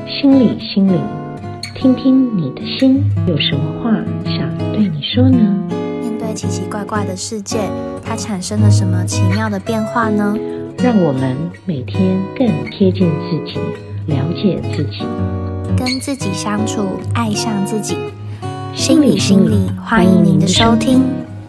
心理心理，听听你的心有什么话想对你说呢？ 面对奇奇怪怪的世界，它产生了什么奇妙的变化呢？ 让我们每天更贴近自己，了解自己， 跟自己相处，爱上自己。心理心理，欢迎您的收听。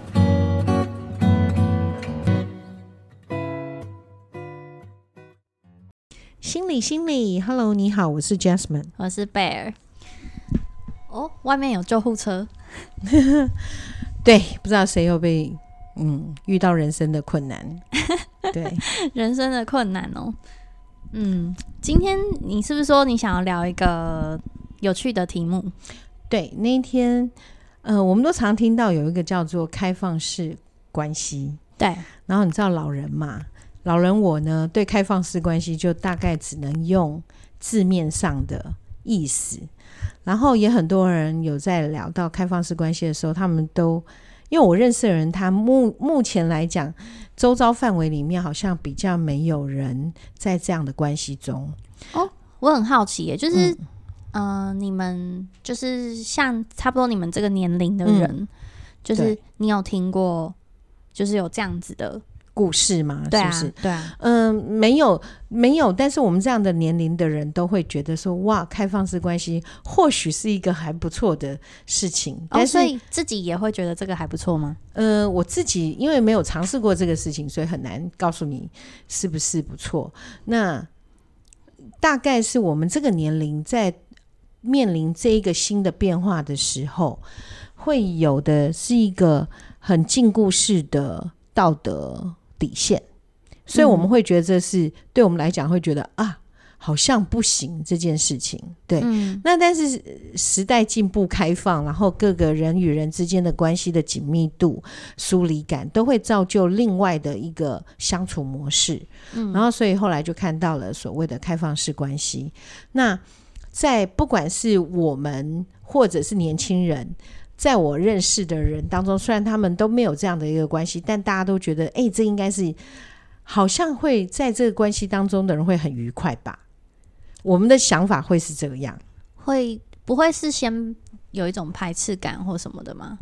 心理心理 ，Hello， 你好，我是 Jasmine， 我是贝尔。哦，外面有救护车。 对，不知道谁又被遇到人生的困难。对， 人生的困难哦。今天你是不是说你想要聊一个有趣的题目？ 对，那一天我们都常听到有一个叫做开放式关系。 对， 然后你知道老人嘛？老人我呢，对开放式关系就大概只能用字面上的意思，然后也很多人有在聊到开放式关系的时候，他们都因为我认识的人，他目前来讲，周遭范围里面好像比较没有人在这样的关系中。 哦，我很好奇耶，就是你们就是像差不多你们这个年龄的人，就是你有听过就是有这样子的故事吗？ 对啊， 是不是？ 对啊， 没有，但是我们这样的年龄的人都会觉得说，哇，开放式关系或许是一个还不错的事情。但是所以自己也会觉得这个还不错吗？ 我自己因为没有尝试过这个事情，所以很难告诉你是不是不错。那大概是我们这个年龄在面临这一个新的变化的时候，会有的是一个很禁锢式的道德底线，所以我们会觉得这是对我们来讲会觉得好像不行这件事情。对，那但是时代进步开放，然后各个人与人之间的关系的紧密度、疏离感都会造就另外的一个相处模式。然后所以后来就看到了所谓的开放式关系。那在不管是我们或者是年轻人，在我认识的人当中，虽然他们都没有这样的一个关系，但大家都觉得这应该是好像会在这个关系当中的人会很愉快吧。我们的想法会是这个样， 不会是先有一种排斥感或什么的吗？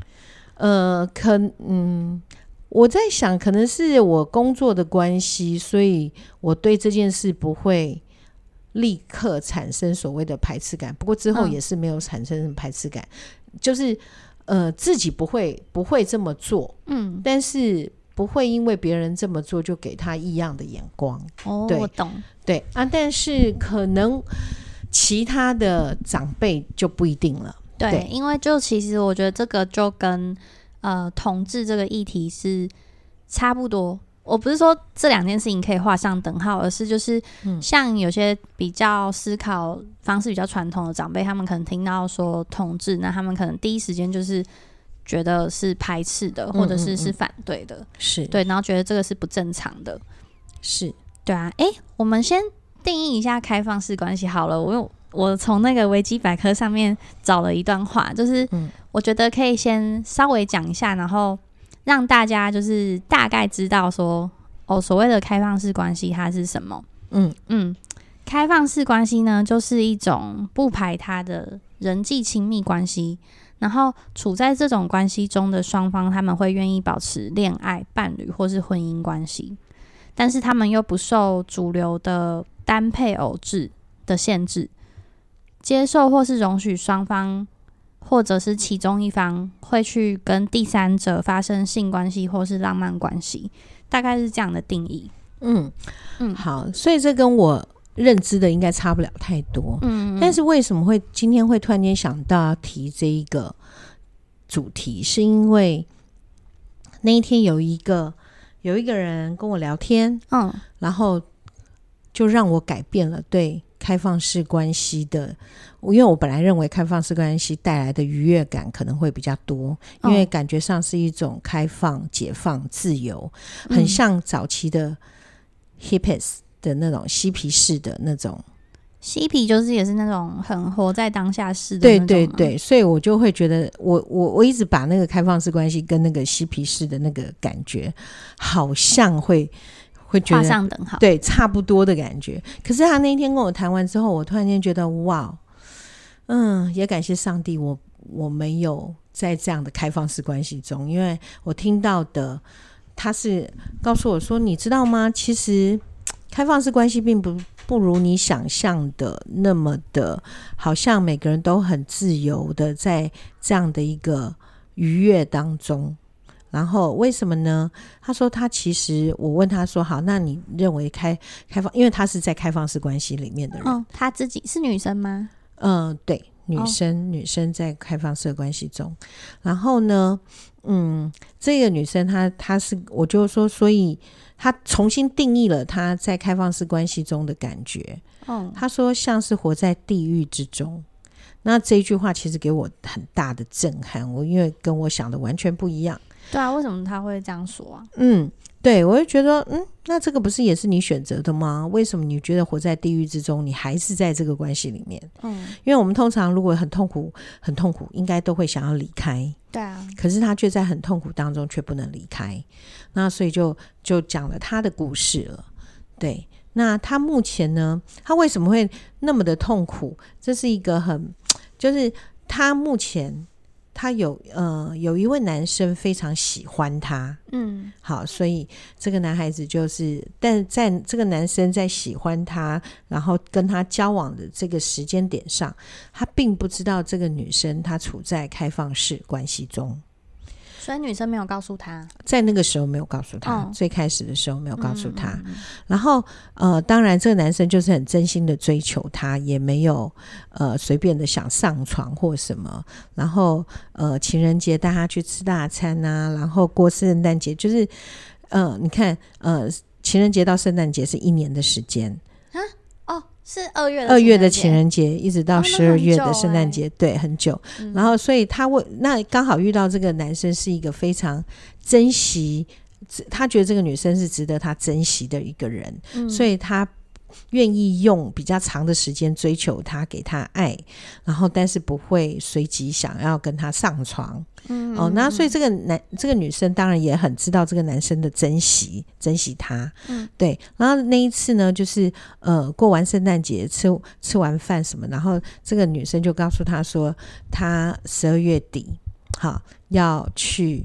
我在想可能是我工作的关系，所以我对这件事不会立刻产生所谓的排斥感，不过之后也是没有产生排斥感，就是自己不会这么做，但是不会因为别人这么做就给他异样的眼光。对， 我懂。 对啊，但是可能其他的长辈就不一定了。 对，因为就其实我觉得这个就跟同志这个议题是差不多。我不是说这两件事情可以画上等号，而是就是像有些比较思考方式比较传统的长辈，他们可能听到说同志，那他们可能第一时间就是觉得是排斥的，或者是反对的， 是对，然后觉得这个是不正常的， 是对啊。我们先定义一下开放式关系好了。我从那个维基百科上面找了一段话，就是我觉得可以先稍微讲一下，然后让大家就是大概知道说所谓的开放式关系它是什么。开放式关系呢，就是一种不排他的人际亲密关系，然后处在这种关系中的双方，他们会愿意保持恋爱、伴侣或是婚姻关系，但是他们又不受主流的单配偶制的限制，接受或是容许双方或者是其中一方会去跟第三者发生性关系或是浪漫关系，大概是这样的定义。 好，所以这跟我认知的应该差不了太多。但是为什么今天会突然间想到提这一个主题，是因为那一天有一个人跟我聊天，然后就让我改变了对开放式关系的，因为我本来认为开放式关系带来的愉悦感可能会比较多，因为感觉上是一种开放、解放、自由，很像早期的 hippies 的那种嬉皮士的那种。 嬉皮就是也是那种很活在当下式的那种。对对对， 所以我就会觉得我一直把那个开放式关系跟那个嬉皮士的那个感觉好像会会觉得画上等号， 对，差不多的感觉。可是他那一天跟我谈完之后，我突然间觉得哇，也感谢上帝，我没有在这样的开放式关系中，因为我听到的他是告诉我说，你知道吗？其实开放式关系并不如你想象的那么的，好像每个人都很自由的在这样的一个愉悦当中。然后为什么呢？他说他其实，我问他说好，那你认为开放，因为他是在开放式关系里面的人， 他自己是女生吗？ 对，女生在开放式关系中。然后呢这个女生她是，我就说，所以她重新定义了她在开放式关系中的感觉。她说像是活在地狱之中。那这一句话其实给我很大的震撼，因为跟我想的完全不一样。 对啊，为什么他会这样说啊？ 对，我就觉得那这个不是也是你选择的吗？为什么你觉得活在地狱之中，你还是在这个关系里面？因为我们通常如果很痛苦应该都会想要离开。 对啊， 可是他却在很痛苦当中却不能离开。那所以就讲了他的故事了。对，那他目前呢，他为什么会那么的痛苦？这是一个就是他目前他有一位男生非常喜欢他，好，所以这个男孩子就是，但在这个男生在喜欢他，然后跟他交往的这个时间点上，他并不知道这个女生她处在开放式关系中。 所以女生没有告诉他， 在那个时候没有告诉他，最开始的时候没有告诉他。然后当然这个男生就是很真心的追求她，也没有随便的想上床或什么。然后情人节带她去吃大餐啊，然后过圣诞节，就是你看情人节到圣诞节是1年的时间是2 月的情人节一直到12月的圣诞节，对，很久。然后所以那刚好遇到这个男生是一个非常珍惜，他觉得这个女生是值得他珍惜的一个人，所以他愿意用比较长的时间追求她，给她爱，然后但是不会随即想要跟她上床。那所以这个女生当然也很知道这个男生的珍惜他。对。然后那一次呢，就是过完圣诞节吃完饭什么，然后这个女生就告诉他说，她12月底好要去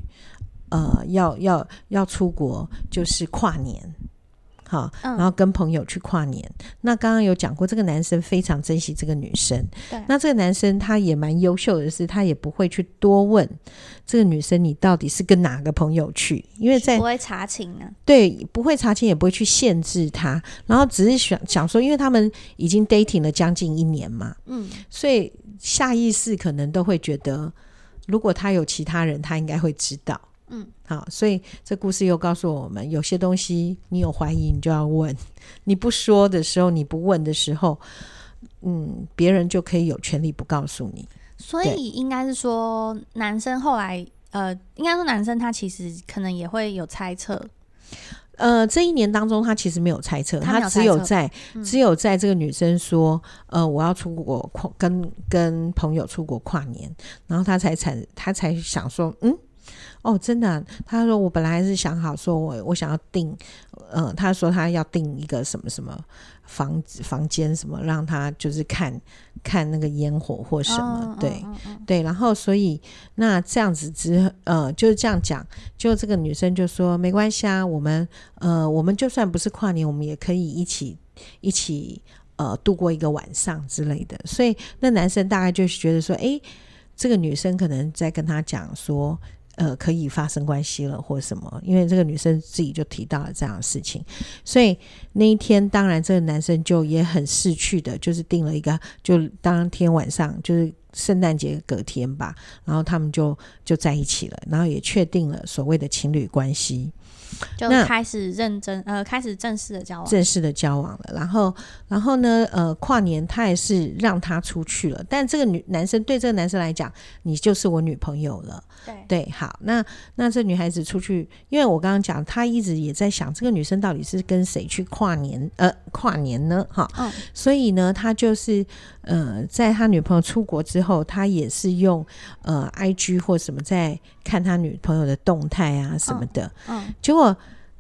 要出国，就是跨年。好，然后跟朋友去跨年。那刚刚有讲过，这个男生非常珍惜这个女生。那这个男生他也蛮优秀的是，他也不会去多问这个女生你到底是跟哪个朋友去，因为不会查清啊。 对，不会查清，也不会去限制他，然后只是想说，因为他们已经 dating 了将近1年嘛，所以下意识可能都会觉得，如果他有其他人，他应该会知道。好，所以这故事又告诉我们，有些东西你有怀疑你就要问，你不说的时候，你不问的时候，别人就可以有权利不告诉你。 所以应该是说，男生后来应该说男生他其实可能也会有猜测。 这1年当中他其实没有猜测，他只有在这个女生说我要出国跟朋友出国跨年，然后他才想说真的啊，他说我本来还是想好说我想要订他说他要订一个什么什么房间什么，让他就是看那个烟火或什么。对，然后所以那这样子就是这样讲，就这个女生就说没关系啊，我们就算不是跨年，我们也可以一起度过一个晚上之类的。所以那男生大概就是觉得说这个女生可能在跟他讲说可以发生关系了或什么，因为这个女生自己就提到了这样的事情。所以那一天当然这个男生就也很识趣的，就是定了一个，就当天晚上就是圣诞节隔天吧，然后他们就在一起了，然后也确定了所谓的情侣关系， 就开始开始正式的交往了。然后呢跨年他也是让他出去了，但这个男生对这个男生来讲，你就是我女朋友了。对，好，那这女孩子出去，因为我刚刚讲他一直也在想这个女生到底是跟谁去跨年呢所以呢他就是在他女朋友出国之后，他也是用IG 或什么在看他女朋友的动态啊什么的。结果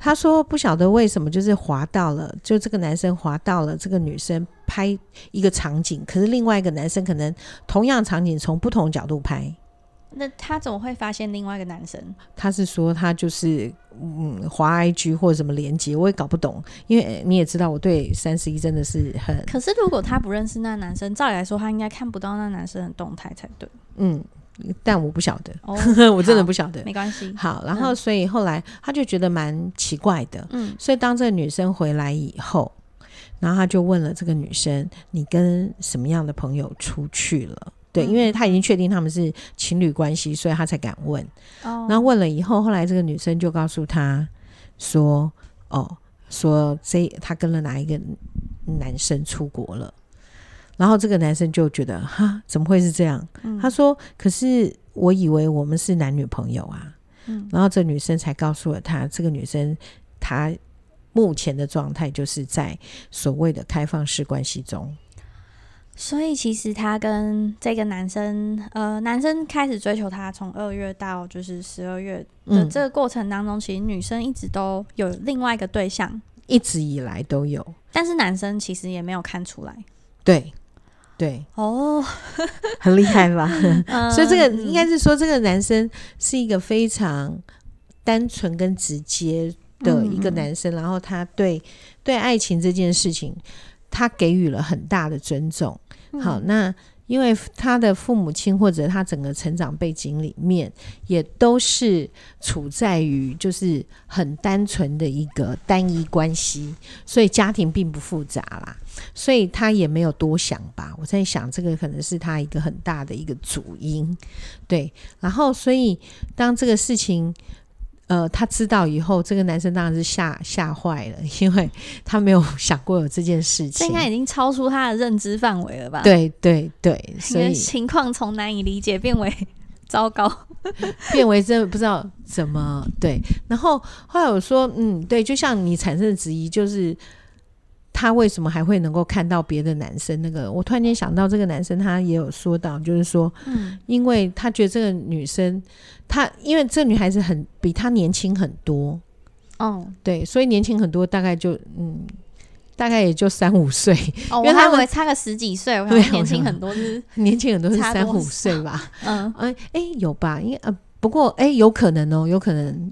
他说不晓得为什么就是滑到了，就这个男生滑到了这个女生拍一个场景，可是另外一个男生可能同样场景从不同角度拍。 那他怎么会发现另外一个男生？ 他是说他就是滑 IG 或者什么连结，我也搞不懂，因为你也知道我对31真的是很…… 可是如果他不认识那男生，照理来说他应该看不到那男生的动态才对。 但我不晓得，我真的不晓得， 没关系。 好，然后所以后来他就觉得蛮奇怪的，所以当这个女生回来以后，然后他就问了这个女生：“你跟什么样的朋友出去了？”对，因为他已经确定他们是情侣关系，所以他才敢问。然后问了以后，后来这个女生就告诉他说：“说他跟了哪一个男生出国了。”然后这个男生就觉得哈，怎么会是这样？他说：“可是我以为我们是男女朋友啊。”然后这女生才告诉了他，这个女生她目前的状态就是在所谓的开放式关系中。 所以其实他跟这个男生男生开始追求他从2月到就是12月的这个过程当中，其实女生一直都有另外一个对象， 一直以来都有， 但是男生其实也没有看出来。 对很厉害吧？所以这个应该是说这个男生是一个非常单纯跟直接的一个男生，然后他对爱情这件事情他给予了很大的尊重。好，那因为他的父母亲或者他整个成长背景里面也都是处在于就是很单纯的一个单一关系，所以家庭并不复杂啦，所以他也没有多想吧。我在想这个可能是他一个很大的一个主因。对，然后所以当这个事情他知道以后，这个男生当然是吓坏了，因为他没有想过有这件事情， 这应该已经超出他的认知范围了吧？ 对，所以情况从难以理解变为糟糕， 变为真的不知道怎么对。然后后来我说，对，就像你产生的质疑，就是他为什么还会能够看到别的男生？那个我突然间想到，这个男生他也有说到，就是说，因为他觉得这个女生，因为这女孩子比他年轻很多，对，所以年轻很多，大概也就3-5岁。 因为他以为差个10几岁，我想年轻很多是年轻很多是3-5岁吧？有吧？不过有可能哦，有可能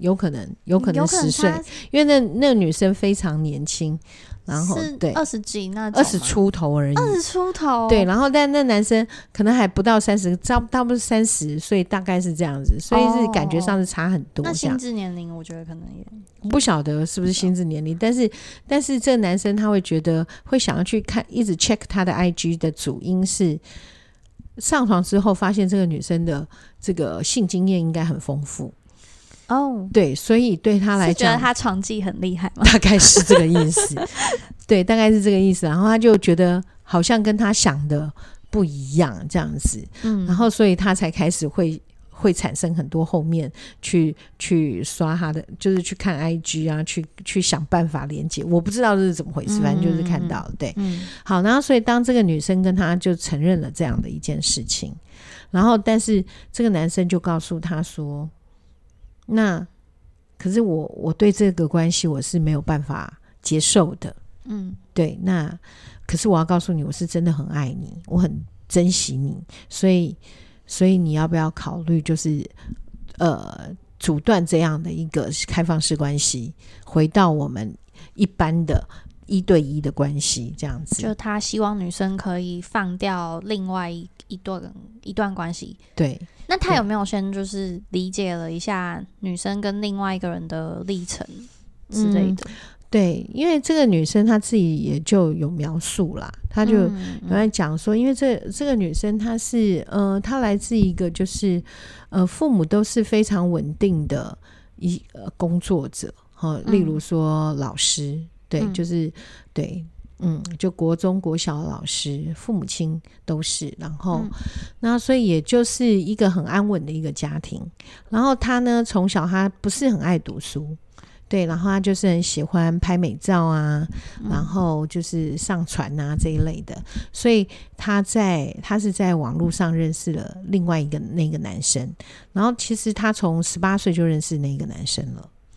10岁，因为那个女生非常年轻。然后是对 20几那种 ，20出头而已 ，20出头， 对。然后但那男生可能还不到30，差不多30岁，大概是这样子，所以是感觉上是差很多。 那心智年龄，我觉得可能也不晓得是不是心智年龄，但是这个男生他会觉得会想要去看，一直 check 他的 IG 的主因是上床之后发现这个女生的这个性经验应该很丰富。对，所以对他来讲， 是觉得他床技很厉害吗？ 大概是这个意思。对，大概是这个意思。然后他就觉得好像跟他想的不一样这样子，然后所以他才开始会产生很多后面去刷他的，就是去看 IG 啊，去想办法连接。我不知道这是怎么回事，反正就是看到了。对，好，然后所以当这个女生跟他就承认了这样的一件事情，然后但是这个男生就告诉他说，那可是我对这个关系我是没有办法接受的。对，那可是我要告诉你，我是真的很爱你，我很珍惜你，所以你要不要考虑就是阻断这样的一个开放式关系，回到我们一般的1对1的关系这样子。 就他希望女生可以放掉另外一段关系。对，那他有没有先就是理解了一下女生跟另外一个人的历程之类的？ 对，因为这个女生她自己也就有描述啦，她就有在讲说，因为这个女生她是她来自一个就是父母都是非常稳定的工作者，例如说老师，对，就是对，就国中国小的老师，父母亲都是，然后那所以也就是一个很安稳的一个家庭。然后她呢，从小她不是很爱读书。对，然后他就是很喜欢拍美照啊，然后就是上传啊这一类的，所以他是在网络上认识了另外一个那个男生，然后其实他从18岁就认识那个男生了。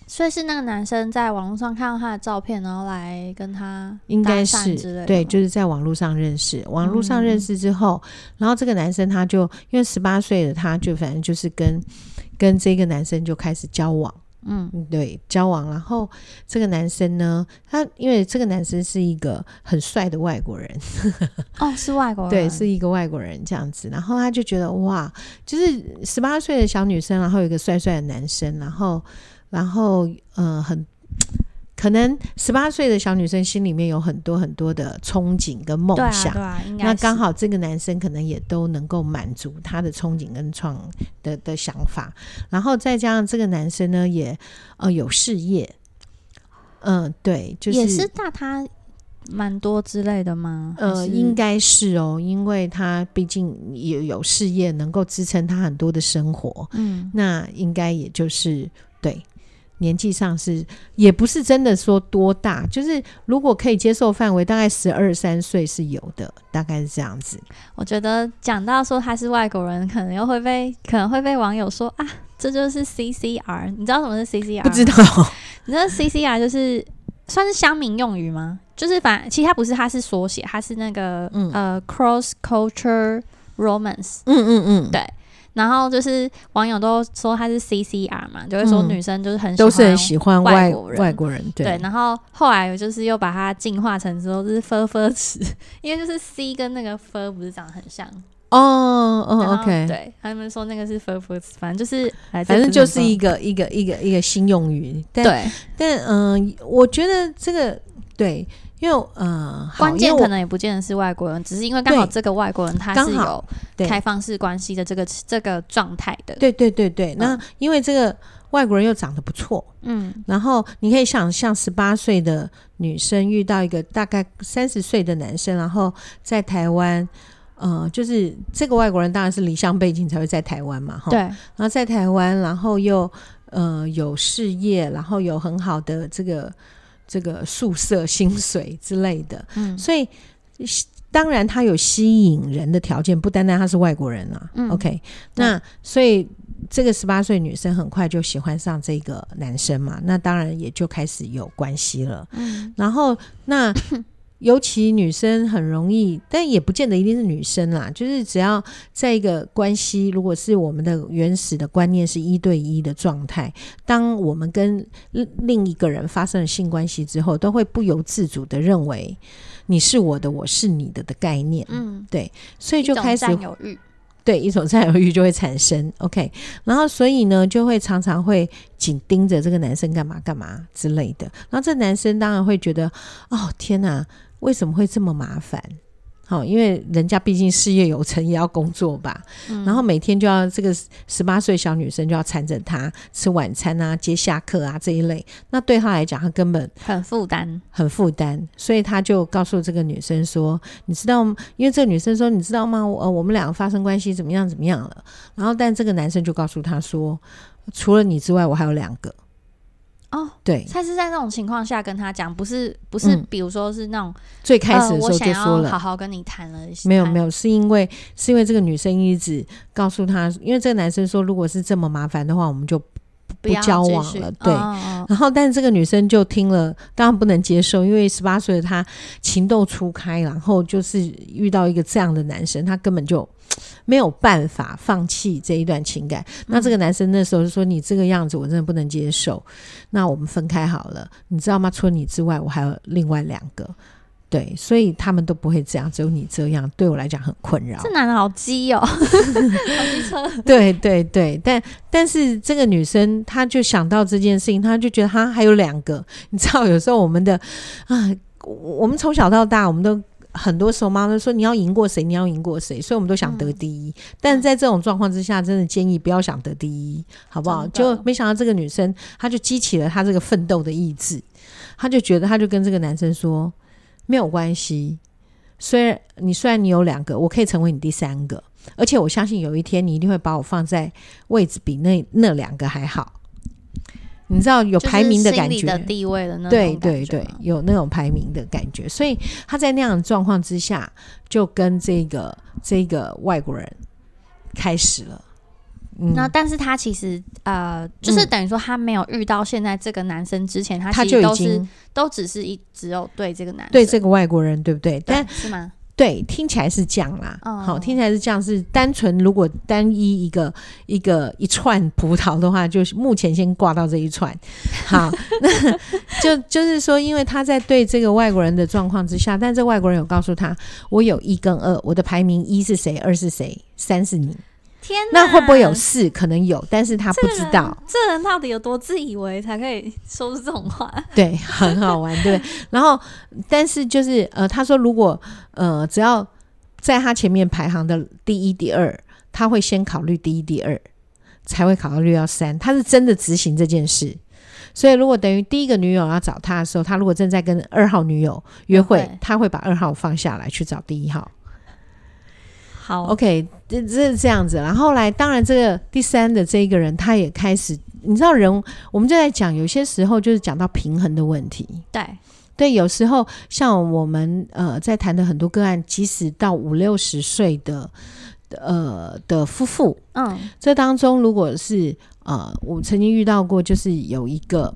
所以是那个男生在网络上看到他的照片，然后来跟他应该是之类的， 对，就是在网络上认识，网络上认识之后，然后这个男生他就因为18岁的他就反正就是跟这个男生就开始交往。对，交往，然后这个男生呢，他因为这个男生是一个很帅的外国人哦，是外国人， 对，是一个外国人这样子，然后他就觉得哇，就是18岁的小女生，然后有一个帅帅的男生，然后很可能18岁的小女生心里面有很多很多的憧憬跟梦想， 对啊，应该是。 那刚好这个男生可能也都能够满足他的憧憬跟的想法，然后再加上这个男生呢也有事业，对，就是也是大他蛮多之类的吗？ 应该是哦，因为他毕竟也有事业，能够支撑他很多的生活，那应该也就是对。年纪上是也不是真的说多大，就是如果可以接受范围大概12、13岁是有的，大概是这样子。 我觉得讲到说他是外国人，可能会被网友说啊，这就是 CCR。你知道什么是 CCR 吗？ 不知道。 你知道 CCR 就是算是乡民用语吗？就是其实它不是，它是缩写，它是那个cross culture romance。对。然后就是网友都说他是 CCR 嘛，就会说女生就是都是很喜欢外国人，对。 然后后来就是又把它进化成说就是 fur 词，因为就是 C 跟那个 fur 不是长得很像 OK， 对，他们说那个是 fur 词，反正就是一个新用语，但我觉得这个对。因为关键可能也不见得是外国人，只是因为刚好这个外国人他是有开放式关系的这个状态的。 对，那因为这个外国人又长得不错，然后你可以想像18岁的女生遇到一个大概30岁的男生，然后在台湾，就是这个外国人当然是离乡背景才会在台湾嘛， 对， 然后在台湾，然后又有事业，然后有很好的这个宿舍薪水之类的，所以当然他有吸引人的条件，不单单他是外国人啊，OK， 那所以这个18岁女生很快就喜欢上这个男生嘛，那当然也就开始有关系了，然后那尤其女生很容易，但也不见得一定是女生啦，就是只要在一个关系，如果是我们的原始的观念是1对1的状态，当我们跟另一个人发生了性关系之后，都会不由自主的认为你是我的，我是你的概念，对，所以就开始一种占有欲， 对，一种占有欲就会产生 OK， 然后所以呢就会常常会紧盯着这个男生干嘛干嘛之类的，然后这男生当然会觉得哦天哪，为什么会这么麻烦，因为人家毕竟事业有成也要工作吧，然后每天就要这个18岁小女生就要缠着他吃晚餐啊接下课啊这一类，那对他来讲他根本很负担， 所以他就告诉这个女生说你知道，因为这个女生说你知道吗，我们两个发生关系怎么样了，然后但这个男生就告诉他说除了你之外我还有2个对， 他是在那种情况下跟他讲，不是比如说是那种最开始的时候就说了， 我想要好好跟你谈了， 没有，是因为这个女生一直告诉他，因为这个男生说如果是这么麻烦的话我们就不交往了，对，然后但是这个女生就听了当然不能接受，因为18岁的她情窦初开，然后就是遇到一个这样的男生，她根本就没有办法放弃这一段情感，那这个男生那时候就说你这个样子我真的不能接受，那我们分开好了，你知道吗，除了你之外我还有另外2个，对，所以他们都不会这样，只有你这样，对我来讲很困扰。 这男的好鸡哦，好机车。 对，但是这个女生她就想到这件事情，她就觉得她还有2个，你知道，有时候我们从小到大，我们都很多时候妈妈都说你要赢过谁，所以我们都想得第一，但是在这种状况之下，真的建议不要想得第一，好不好？就没想到这个女生，她就激起了她这个奋斗的意志，她就觉得，她就跟这个男生说。没有关系，虽然你有2个，我可以成为你第3个，而且我相信有一天你一定会把我放在位置比那2个还好，你知道有排名的感觉， 就是心理的地位的那种感觉， 对，有那种排名的感觉，所以他在那样的状况之下就跟这个外国人开始了那但是他其实就是等于说他没有遇到现在这个男生之前，他其就实都只有对这个男生， 对这个外国人，对不对？但是吗？ 对，听起来是这样啦。好，听起来是这样，是单纯如果单一一串葡萄的话，就是目前先挂到这一串。好，那就是说，因为他在对这个外国人的状况之下，但这外国人有告诉他，我有1跟2，我的排名1是谁，2是谁，3是你。 天哪， 那会不会有4？可能有，但是他不知道。 这人到底有多自以为才可以说出这种话？ 对，很好玩，对。然后，但是就是他说如果只要在他前面排行的第1、第2，他会先考虑第1、第2，才会考虑到3。他是真的执行这件事。所以如果等于第一个女友要找他的时候，他如果正在跟2号女友约会，他会把2号放下来去找第1号。 好 ，OK， 这是这样子。然后后来，当然这个第3的这一个人，他也开始，你知道人，我们就在讲，有些时候就是讲到平衡的问题。对，有时候像我们在谈的很多个案，即使到50、60岁的夫妇，这当中如果是我曾经遇到过，就是有一个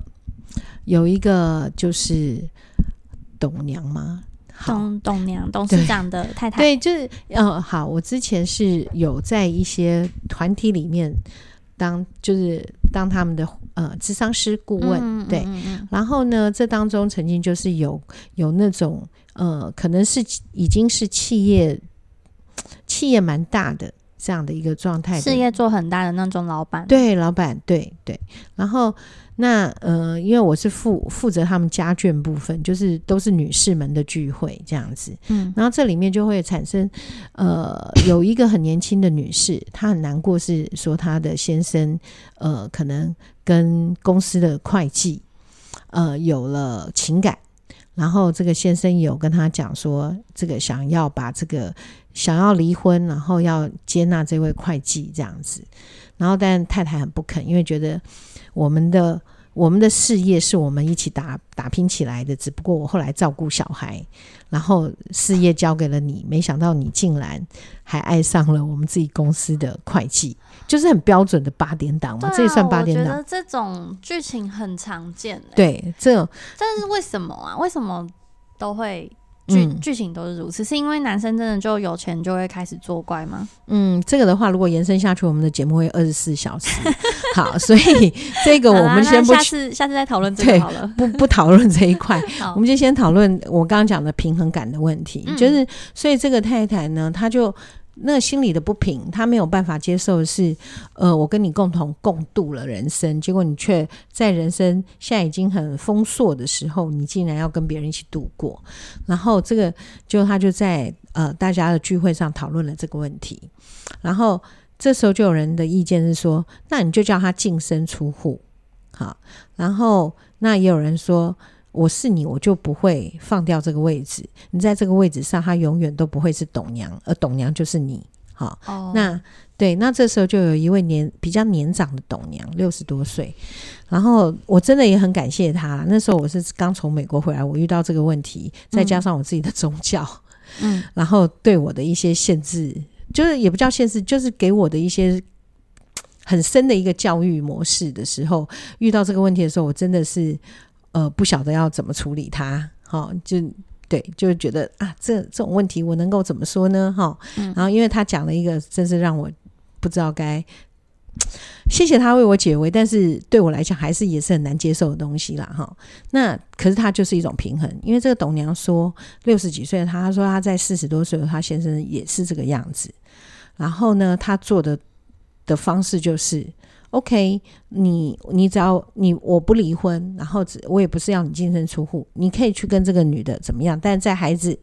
就是董娘吗？ 董娘，董事长的太太。 对，就是好，我之前是有在一些团体里面当他们的諮商师顾问，对。然后呢，这当中曾经就是有那种可能是已经是企业蛮大的这样的一个状态， 事业做很大的那种老板。 对，老板，对。然后那因为我是负责他们家眷部分，就是都是女士们的聚会这样子。然后这里面就会产生有一个很年轻的女士，她很难过，是说她的先生可能跟公司的会计有了情感，然后这个先生有跟她讲说，这个想要离婚，然后要接纳这位会计这样子。然后但太太很不肯，因为觉得我们的事业是我们一起打拼起来的，只不过我后来照顾小孩，然后事业交给了你，没想到你竟然还爱上了我们自己公司的会计，就是很标准的8点档嘛。这也算8点档。 我觉得这种剧情很常见。 对，这种， 但是为什么啊？为什么都会剧情都是如此？是因为男生真的就有钱就会开始作怪吗？ 这个的话如果延伸下去，我们的节目会24小时。好，所以这个我们先不下次再讨论这个好了。 不讨论这一块我们就先讨论我刚刚讲的平衡感的问题。就是所以这个太太呢，她就那个心理的不平，她没有办法接受的是我跟你共度了人生，结果你却在人生现在已经很丰硕的时候，你竟然要跟别人一起度过。然后这个她就在大家的聚会上讨论了这个问题。然后这时候就有人的意见是说，那你就叫他净身出户。好，然后那也有人说，我是你，我就不会放掉这个位置，你在这个位置上他永远都不会是董娘，而董娘就是你。好，那对，那这时候就有一位比较年长的董娘，60多岁。然后我真的也很感谢他，那时候我是刚从美国回来，我遇到这个问题，再加上我自己的宗教然后对我的一些限制，就是也不叫限制，就是给我的一些很深的一个教育模式的时候，遇到这个问题的时候，我真的是不晓得要怎么处理它。就觉得这种问题我能够怎么说呢？然后因为他讲了一个真是让我不知道该谢谢他为我解围，但是对我来讲也是很难接受的东西啦。那可是他就是一种平衡，因为这个董娘说60几岁的他说他在40多岁他先生也是这个样子。然后呢，他做的方式就是OK， 你只要我不离婚，然后我也不是要你净身出户，你可以去跟这个女的怎么样，但在孩子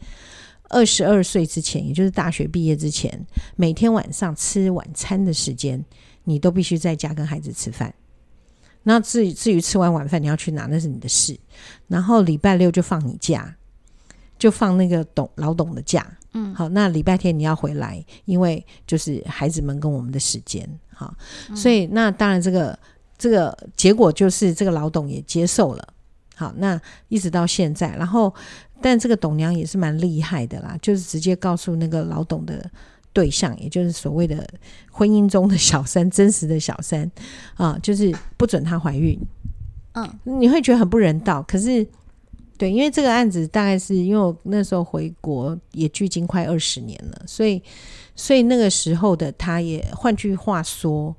22岁之前，也就是大学毕业之前，每天晚上吃晚餐的时间，你都必须在家跟孩子吃饭。那至于吃完晚饭你要去哪，那是你的事。然后礼拜6就放你假，就放那个老董的假。好，那礼拜天你要回来，因为就是孩子们跟我们的时间。好，所以那当然这个结果就是这个老董也接受了。好，那一直到现在，然后但这个董娘也是蛮厉害的啦，就是直接告诉那个老董对象，也就是所谓的婚姻中的小三，真实的小三就是不准她怀孕。你会觉得很不人道，可是对，因为这个案子大概是因为我那时候回国也距今快20年了，所以那个时候的他也，换句话说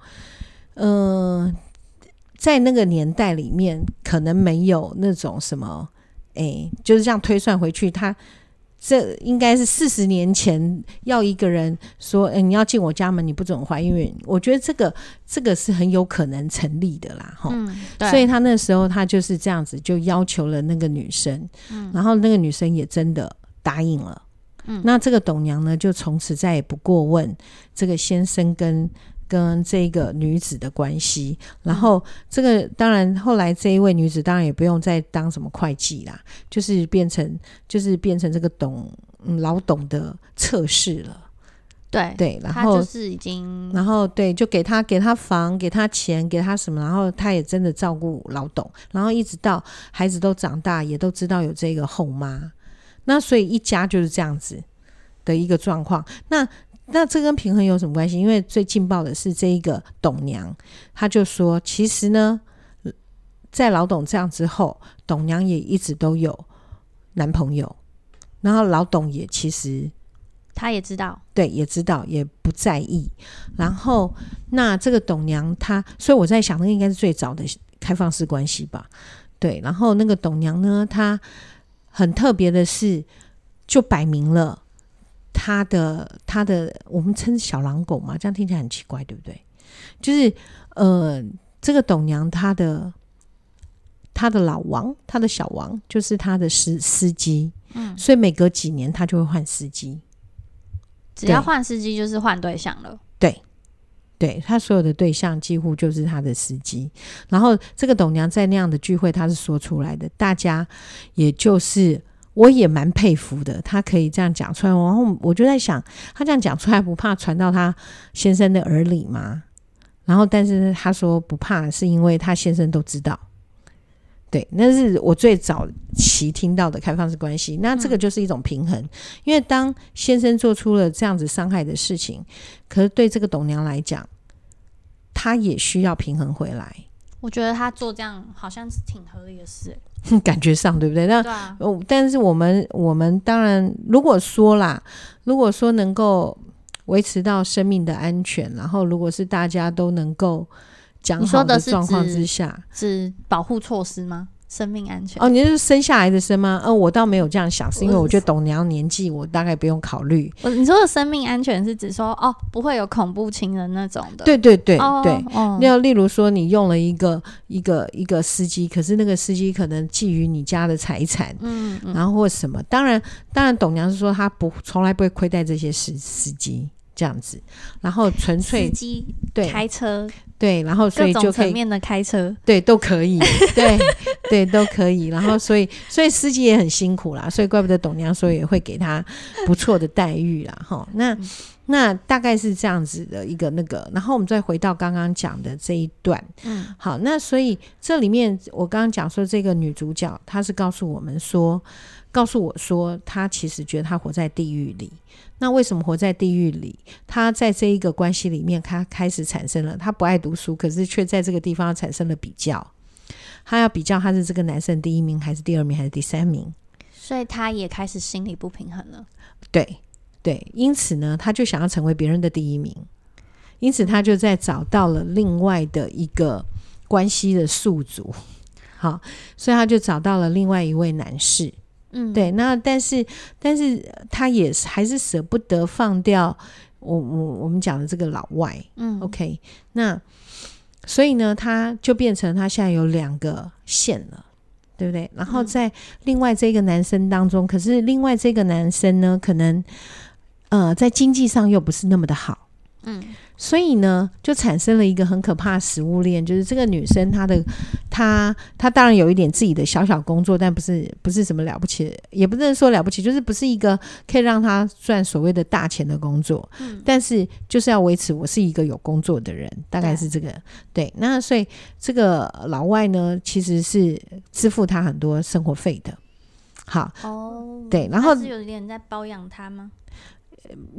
在那个年代里面可能没有那种什么就是这样推算回去，他这应该是40年前要一个人说你要进我家门你不准怀孕，我觉得这个是很有可能成立的啦所以他那时候他就是这样子就要求了那个女生然后那个女生也真的答应了那这个董娘呢就从此再也不过问这个先生跟这个女子的关系，然后这个当然后来这一位女子当然也不用再当什么会计啦，就是变成这个老董的侧室了。对，然后他就是已经， 然后对，就给他房，给他钱，给他什么，然后他也真的照顾老董，然后一直到孩子都长大，也都知道有这个后妈，那所以一家就是这样子的一个状况。那这跟平衡有什么关系？因为最劲爆的是这一个董娘，她就说其实呢在老董这样之后，董娘也一直都有男朋友，然后老董也其实他也知道， 对，也知道，也不在意。然后那这个董娘她，所以我在想那个应该是最早的开放式关系吧。对，然后那个董娘呢，她很特别的是就摆明了他的我们称小狼狗嘛，这样听起来很奇怪对不对？就是这个董娘他的老王，他的小王就是他的司机所以每隔几年他就会换司机， 只要换司机就是换对象了。 对，他所有的对象几乎就是他的司机。然后这个董娘在那样的聚会他是说出来的，大家也就是我也蛮佩服的，他可以这样讲出来。然后我就在想，他这样讲出来不怕传到他先生的耳里吗？然后但是他说不怕，是因为他先生都知道。对，那是我最早期听到的开放式关系。那这个就是一种平衡，因为当先生做出了这样子伤害的事情，可是对这个董娘来讲，他也需要平衡回来。 我觉得他做这样好像是挺合理的事感觉上对不对？那但是我们当然如果说能够维持到生命的安全，然后如果是大家都能够讲好的状况之下， 是保护措施吗？生命安全你是生下来的生吗？我倒没有这样想，是因为我觉得董娘年纪我大概不用考虑。 你说的生命安全是指说不会有恐怖情人那种的？ 对那例如说你用了一个司机，可是那个司机可能觊觎你家的财产然后或什么，当然董娘是说他从来不会亏待这些司机这样子，然后纯粹司机开车， 对，然后所以就可以各种层面的开车， 对，都可以对都可以。然后所以司机也很辛苦啦，所以怪不得董娘说也会给他不错的待遇啦那大概是这样子的一个那个。然后我们再回到刚刚讲的这一段好，那所以这里面我刚刚讲说这个女主角她是告诉我说她其实觉得她活在地狱里。那为什么活在地狱里？她在这一个关系里面她开始产生了，她不爱读书，可是却在这个地方产生了比较，她要比较她是这个男生第1名还是第2名还是第3名， 所以她也开始心理不平衡了。 对，因此呢她就想要成为别人的第1名，因此她就在找到了另外的一个关系的宿主。好，所以她就找到了另外一位男士对，那但是他也还是舍不得放掉我们讲的这个老外OK， 那所以呢他就变成他现在有2个线了，对不对？然后在另外这个男生当中，可是另外这个男生呢可能在经济上又不是那么的好所以呢就产生了一个很可怕的食物链，就是这个女生她当然有一点自己的小小工作，但不是什么了不起，也不能说了不起，就是不是一个可以让她赚所谓的大钱的工作但是就是要维持我是一个有工作的人，大概是这个对。那所以这个老外呢其实是支付她很多生活费的。好对，然后是有点在包养她吗？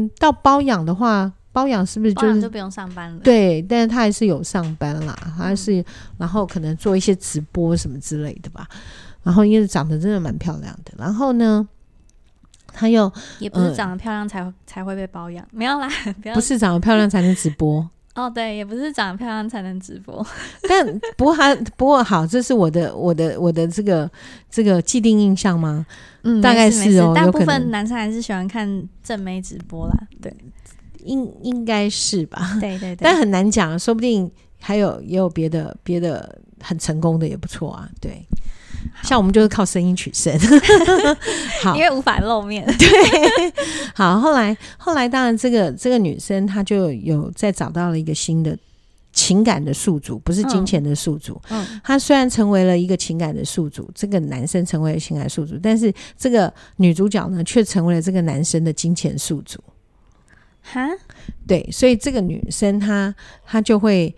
到包养的话，包养是不是就是就不用上班了？ 对，但是他还是有上班啦，他还是然后可能做一些直播什么之类的吧。然后因为长得真的蛮漂亮的，然后呢，他又也不是长得漂亮才会被包养，没有啦， 不是长得漂亮才能直播。 哦，对，也不是长得漂亮才能直播。 但不过好，这是我的这个既定印象吗？大概是哦， 大部分男生还是喜欢看正妹直播啦，对， 应该是吧？ 对对对， 但很难讲，说不定也有别的很成功的也不错啊，对。像我们就是靠声音取胜，好， 因为无法露面。 对，好，后来当然这个女生她就有再找到了一个新的情感的宿主，不是金钱的宿主。她虽然成为了一个情感的宿主，这个男生成为了情感宿主，但是这个女主角呢，却成为了这个男生的金钱宿主。 哈， 对，所以这个女生她就会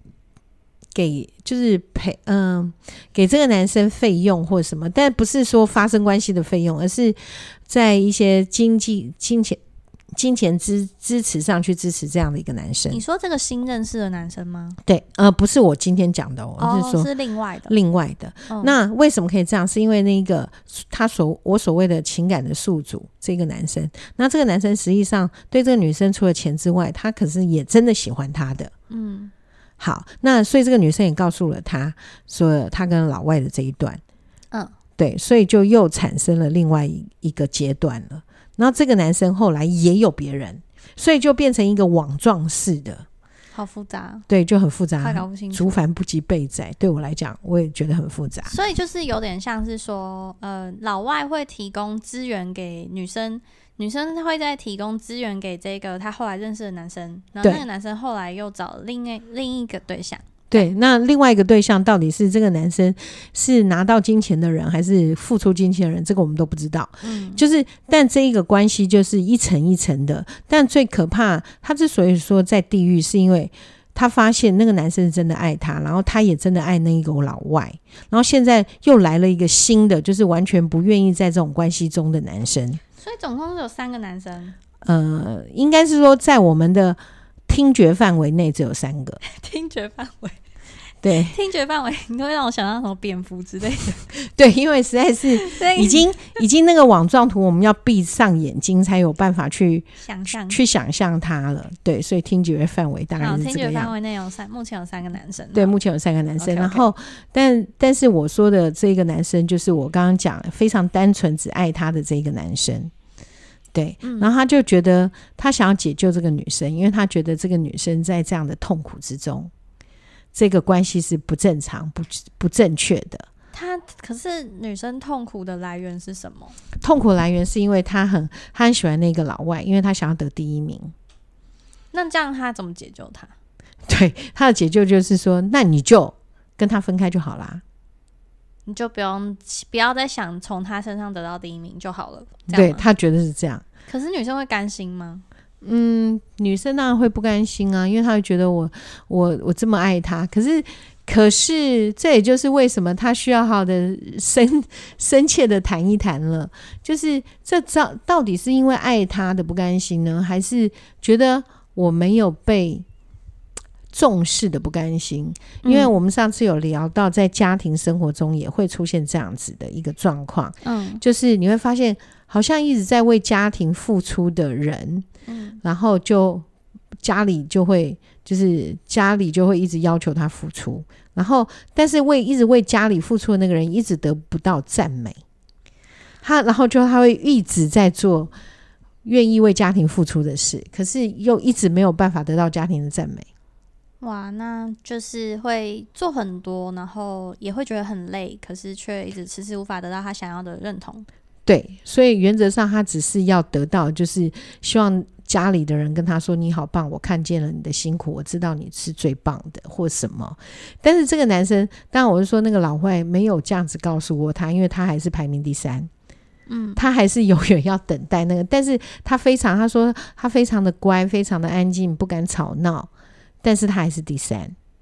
就是给这个男生费用或什么，但不是说发生关系的费用，而是在一些金钱支持上去支持这样的一个男生。 你说这个新认识的男生吗？ 对，不是我今天讲的，我是说是另外的。 那为什么可以这样？是因为那个我所谓的情感的宿主这个男生，那这个男生实际上对这个女生除了钱之外，他可是也真的喜欢她的。好，那所以这个女生也告诉了他说他跟老外的这一段，对，所以就又产生了另外一个阶段了。然后这个男生后来也有别人，所以就变成一个网状式的， 好复杂， 对，就很复杂， 快搞不清楚， 竹繁不及备载。对我来讲，我也觉得很复杂。 所以就是有点像是说，老外会提供资源给女生。女生会再提供资源给这个他后来认识的男生，然后那个男生后来又找另一个对象。 对，那另外一个对象到底是这个男生是拿到金钱的人还是付出金钱的人，这个我们都不知道。就是但这一个关系就是一层一层的。但最可怕，他之所以说在地狱，是因为他发现那个男生是真的爱他，然后他也真的爱那一个老外，然后现在又来了一个新的，就是完全不愿意在这种关系中的男生。 所以总共有3个男生。 应该是说在我们的听觉范围内只有3个。 听觉范围， 对， 听觉范围，你会让我想到什么蝙蝠之类的。 对，因为实在是已经那个网状图，我们要闭上眼睛才有办法去想象它了。对，所以听觉范围大概是这个样。 听觉范围内目前有3个男生。 对，目前有3个男生。 Okay. 然后，但是我说的这个男生，就是我刚刚讲非常单纯只爱他的这个男生。对，然后他就觉得他想要解救这个女生，因为他觉得这个女生在这样的痛苦之中，这个关系是不正常、不正确的。 可是女生痛苦的来源是什么？ 痛苦来源是因为他很喜欢那个老外，因为他想要得第1名。 那这样他怎么解救他？ 对，他的解救就是说，那你就跟他分开就好啦。 你就不要再想从他身上得到第1名就好了。 对，他觉得是这样。 可是女生会甘心吗？ 女生当然会不甘心啊，因为她会觉得我这么爱他，可是这也就是为什么他需要好的深切的谈一谈了，就是这到底是因为爱他的不甘心呢，还是觉得我没有被重视的不甘心？因为我们上次有聊到在家庭生活中也会出现这样子的一个状况，就是你会发现好像一直在为家庭付出的人，然后就家里就会一直要求他付出，然后但是一直为家里付出的那个人一直得不到赞美，然后他会一直在做愿意为家庭付出的事，可是又一直没有办法得到家庭的赞美。 哇，那就是会做很多，然后也会觉得很累，可是却一直迟迟无法得到他想要的认同。 对，所以原则上他只是要得到，就是希望家里的人跟他说你好棒，我看见了你的辛苦，我知道你是最棒的或什么。但是这个男生，当然我是说那个老外没有这样子告诉过他，因为他还是排名第3，他还是永远要等待那个，但是他说他非常的乖，非常的安静，不敢吵闹，但是他还是第3。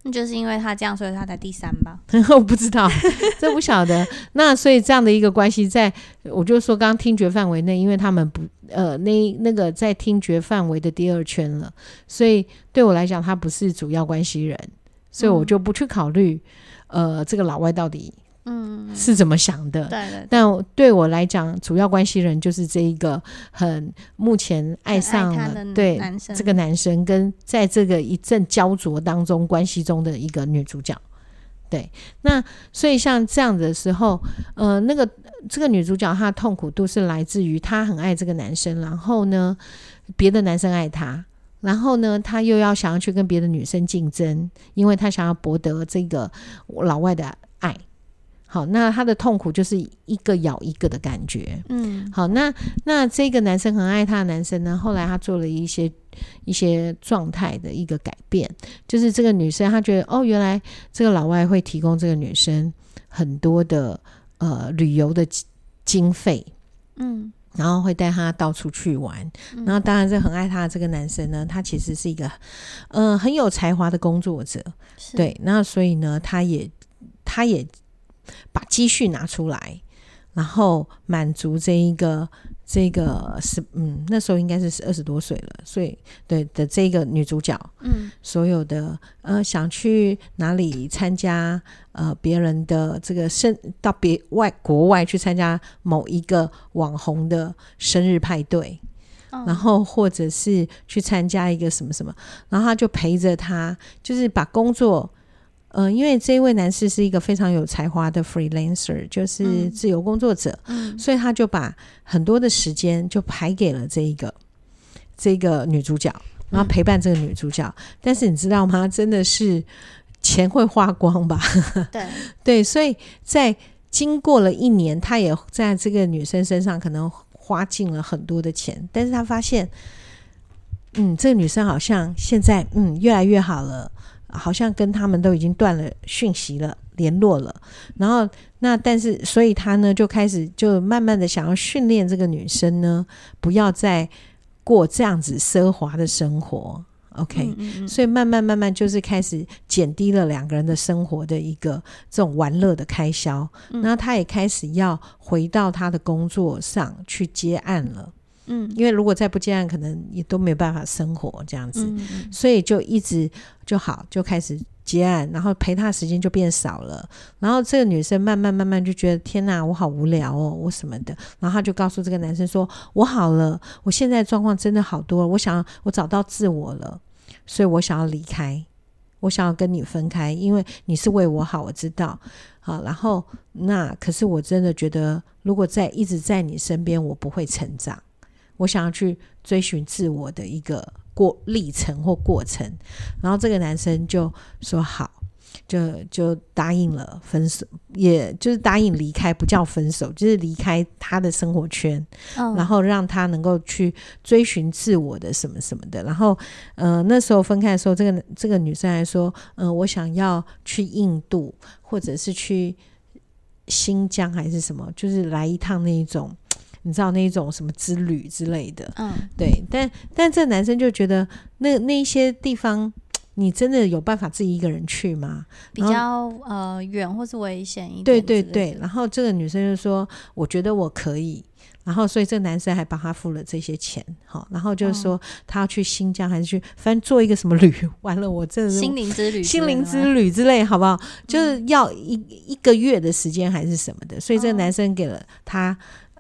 那就是因为他这样，所以他才第3吧？ 我不知道，这不晓得。那所以这样的一个关系，我就说刚刚听觉范围内，因为他们不那个在听觉范围的第2圈了，所以对我来讲，他不是主要关系人，所以我就不去考虑这个老外到底是怎么想的。 对对对。 但对我来讲，主要关系人就是这一个目前爱上了对这个男生，跟在这个一阵焦灼当中关系中的一个女主角。对，那所以像这样的时候，这个女主角她的痛苦度是来自于她很爱这个男生，然后呢，别的男生爱她。然后呢，她又要想要去跟别的女生竞争，因为她想要博得这个老外的爱。好，那他的痛苦就是一个咬一个的感觉。好，那这个男生很爱他的男生呢，后来他做了一些状态的一个改变，就是这个女生她觉得原来这个老外会提供这个女生很多的旅游的经费，然后会带她到处去玩，然后当然这很爱她的这个男生呢，他其实是一个很有才华的工作者，对，那所以呢，他也把积蓄拿出来，然后满足这个那时候应该是20多岁了，所以对的这个女主角，所有的想去哪里参加别人的这个到国外去参加某一个网红的生日派对，然后或者是去参加一个什么什么，然后他就陪着他，就是把工作。因为这位男士是一个非常有才华的 freelancer， 就是自由工作者，所以他就把很多的时间就排给了这个女主角，然后陪伴这个女主角。但是你知道吗？真的是钱会花光吧？对，所以在经过了1年，他也在这个女生身上可能花尽了很多的钱，但是他发现，这个女生好像现在越来越好了。好像跟他们都已经断了讯息了，联络了，然后但是所以他呢就开始就慢慢的想要训练这个女生呢，不要再过这样子奢华的生活。OK，所以慢慢就是开始减低了2个人的生活的一个这种玩乐的开销，然后他也开始要回到他的工作上去接案了。因为如果再不接案，可能也都没有办法生活这样子，所以就一直就开始接案，然后陪他的时间就变少了。然后这个女生慢慢就觉得天哪，我好无聊哦，我什么的。然后他就告诉这个男生说：“我好了，我现在状况真的好多了，我找到自我了，所以我想要离开，我想要跟你分开，因为你是为我好，我知道。好，然后可是我真的觉得，如果一直在你身边，我不会成长。”我想要去追寻自我的一个历程或过程，然后这个男生就说好，就答应了分手，也就是答应离开，不叫分手，就是离开他的生活圈，然后让他能够去追寻自我的什么什么的。然后那时候分开的时候，这个女生还说我想要去印度或者是去新疆还是什么，就是来一趟那一种你知道那一种什么之旅之类的，对，但这男生就觉得那一些地方，你真的有办法自己一个人去吗？ 比较远或是危险一点。 对，然后这个女生就说：“我觉得我可以。”然后所以这个男生还帮他付了这些钱，好，然后就是说他要去新疆还是去，反正做一个什么旅，完了我真的是心灵之旅之类，好不好？就是要一个月的时间还是什么的，所以这个男生给了他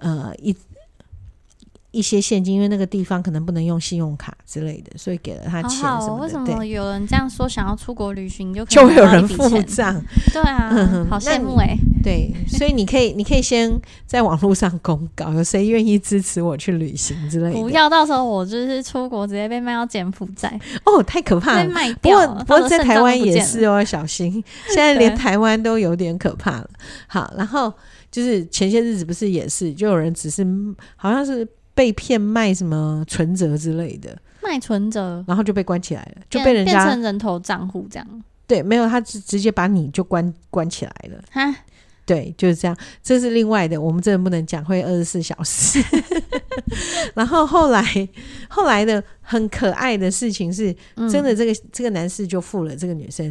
一些现金，因为那个地方可能不能用信用卡之类的，所以给了他钱什么的。 好好，为什么有人这样说想要出国旅行就会有人付账？ 对啊，好羡慕对，所以你可以先在网络上公告，有谁愿意支持我去旅行之类的。 不要到时候我就是出国直接被卖到柬埔寨太可怕了， 被卖掉了。 不过在台湾也是小心，现在连台湾都有点可怕了。好，然后就是前些日子不是也是，就有人只是好像是被骗卖什么存折之类的， 卖存折， 然后就被关起来了，就被人家变成人头账户这样。 对，没有，他直接把你就关起来了。哈，对，就是这样。这是另外的，我们真的不能讲，会24小时。然后后来的很可爱的事情是，真的这个男士就付了这个女生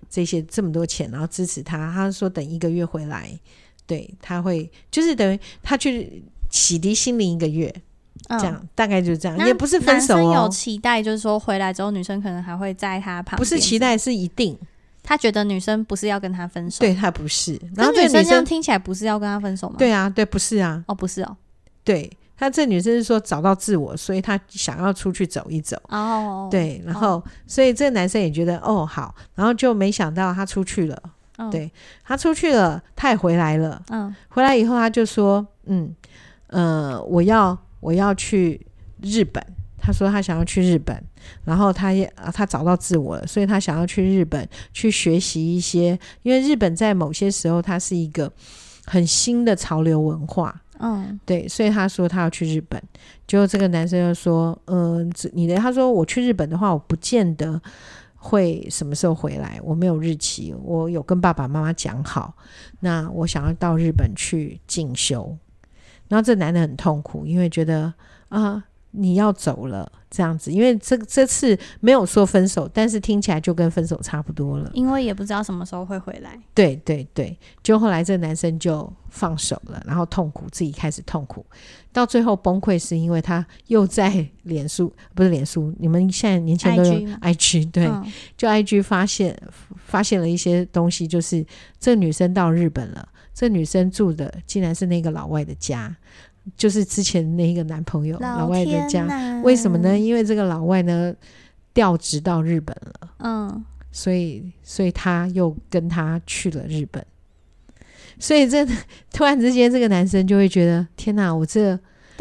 这么多钱，然后支持他。他说等1个月回来，对，他会就是等于他去洗涤心灵1个月，这样大概就是这样，也不是分手哦。 男生有期待，就是说回来之后女生可能还会在他旁边， 不是期待，是一定。 他觉得女生不是要跟他分手， 对，他不是。然后女生这样听起来不是要跟他分手吗？ 对啊，对，不是啊。 哦，不是哦。 对，他这女生是说找到自我，所以他想要出去走一走。 哦， 对，然后所以这个男生也觉得好，然后就没想到他出去了。对，他出去了，他也回来了。回来以后他就说，我要去日本。他说他想要去日本，然后他找到自我了，所以他想要去日本去学习一些，因为日本在某些时候它是一个很新的潮流文化。对，所以他说他要去日本。结果这个男生就说他说我去日本的话，我不见得会什么时候回来，我没有日期，我有跟爸爸妈妈讲好，那我想要到日本去进修。然后这男的很痛苦，因为觉得你要走了这样子，因为这次没有说分手，但是听起来就跟分手差不多了， 因为也不知道什么时候会回来。对对对，就后来这个男生就放手了，然后痛苦，自己开始痛苦，到最后崩溃是因为他又在不是脸书，你们现在年轻人都有 IG 对，就 IG 发现了一些东西，就是这女生到日本了，这女生住的竟然是那个老外的家，就是之前那个男朋友老外的家。为什么呢？因为这个老外呢调职到日本了，所以他又跟他去了日本。所以突然之间这个男生就会觉得天哪，我这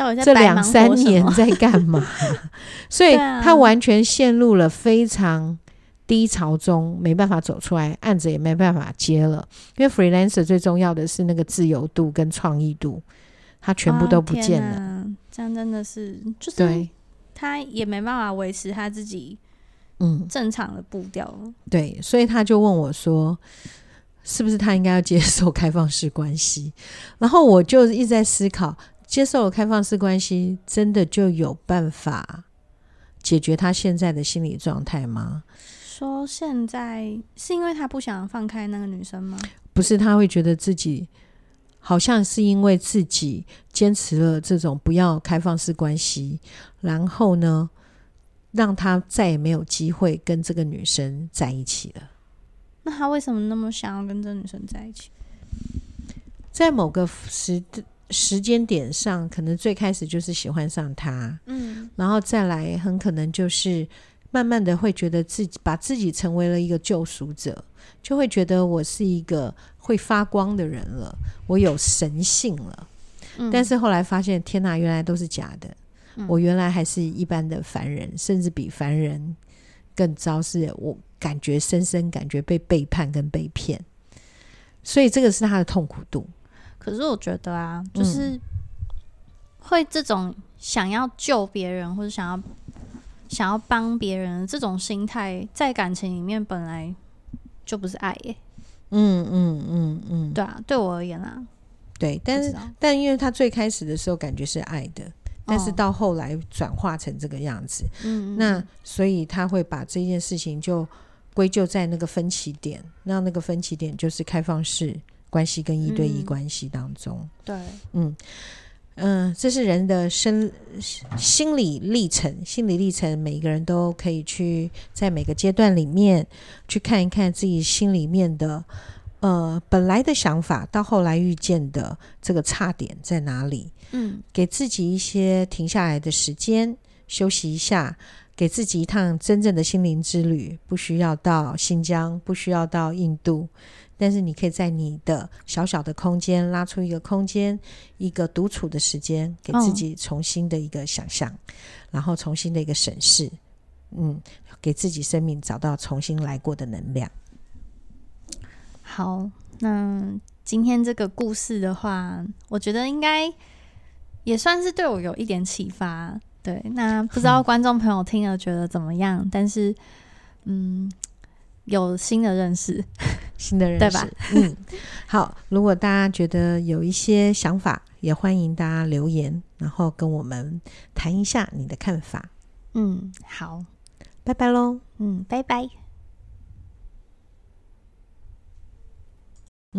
2-3年在干嘛所以他完全陷入了非常低潮中，没办法走出来，案子也没办法接了。因为 freelancer 最重要的是那个自由度跟创意度，他全部都不见了。 这样真的是就是他也没办法维持他自己正常的步调了。 对，所以他就问我说是不是他应该要接受开放式关系。然后我就一直在思考，接受了开放式关系真的就有办法解决他现在的心理状态吗？ 说现在是因为他不想放开那个女生吗？ 不是，他会觉得自己好像是因为自己坚持了这种不要开放式关系，然后呢让他再也没有机会跟这个女生在一起了。 那他为什么那么想要跟这个女生在一起？ 在某个时间点上，可能最开始就是喜欢上他，然后再来很可能就是慢慢的会觉得把自己成为了一个救赎者，就会觉得我是一个会发光的人了，我有神性了。但是后来发现天哪，原来都是假的，我原来还是一般的凡人，甚至比凡人更糟，是我深深感觉被背叛跟被骗。所以这个是他的痛苦度。 可是我觉得就是会这种想要救别人或者想要帮别人这种心态，在感情里面本来就不是爱耶。对啊，对我而言啊， 对，但因为他最开始的时候感觉是爱的，但是到后来转化成这个样子，那所以他会把这件事情就归咎在那个分歧点，那个分歧点就是开放式关系跟1对1关系当中。 对， 这是人的心理历程，每一个人都可以去在每个阶段里面去看一看自己心里面的本来的想法到后来遇见的这个差点在哪里。给自己一些停下来的时间，休息一下，给自己一趟真正的心灵之旅，不需要到新疆，不需要到印度，但是你可以在你的小小的空间拉出一个空间，一个独处的时间，给自己重新的一个想象，然后重新的一个审视，给自己生命找到重新来过的能量。 好，那今天这个故事的话，我觉得应该也算是对我有一点启发。对，那不知道观众朋友听了觉得怎么样？但是有新的认识对吧？好，如果大家觉得有一些想法，也欢迎大家留言，然后跟我们谈一下你的看法。好， 拜拜咯。 拜拜。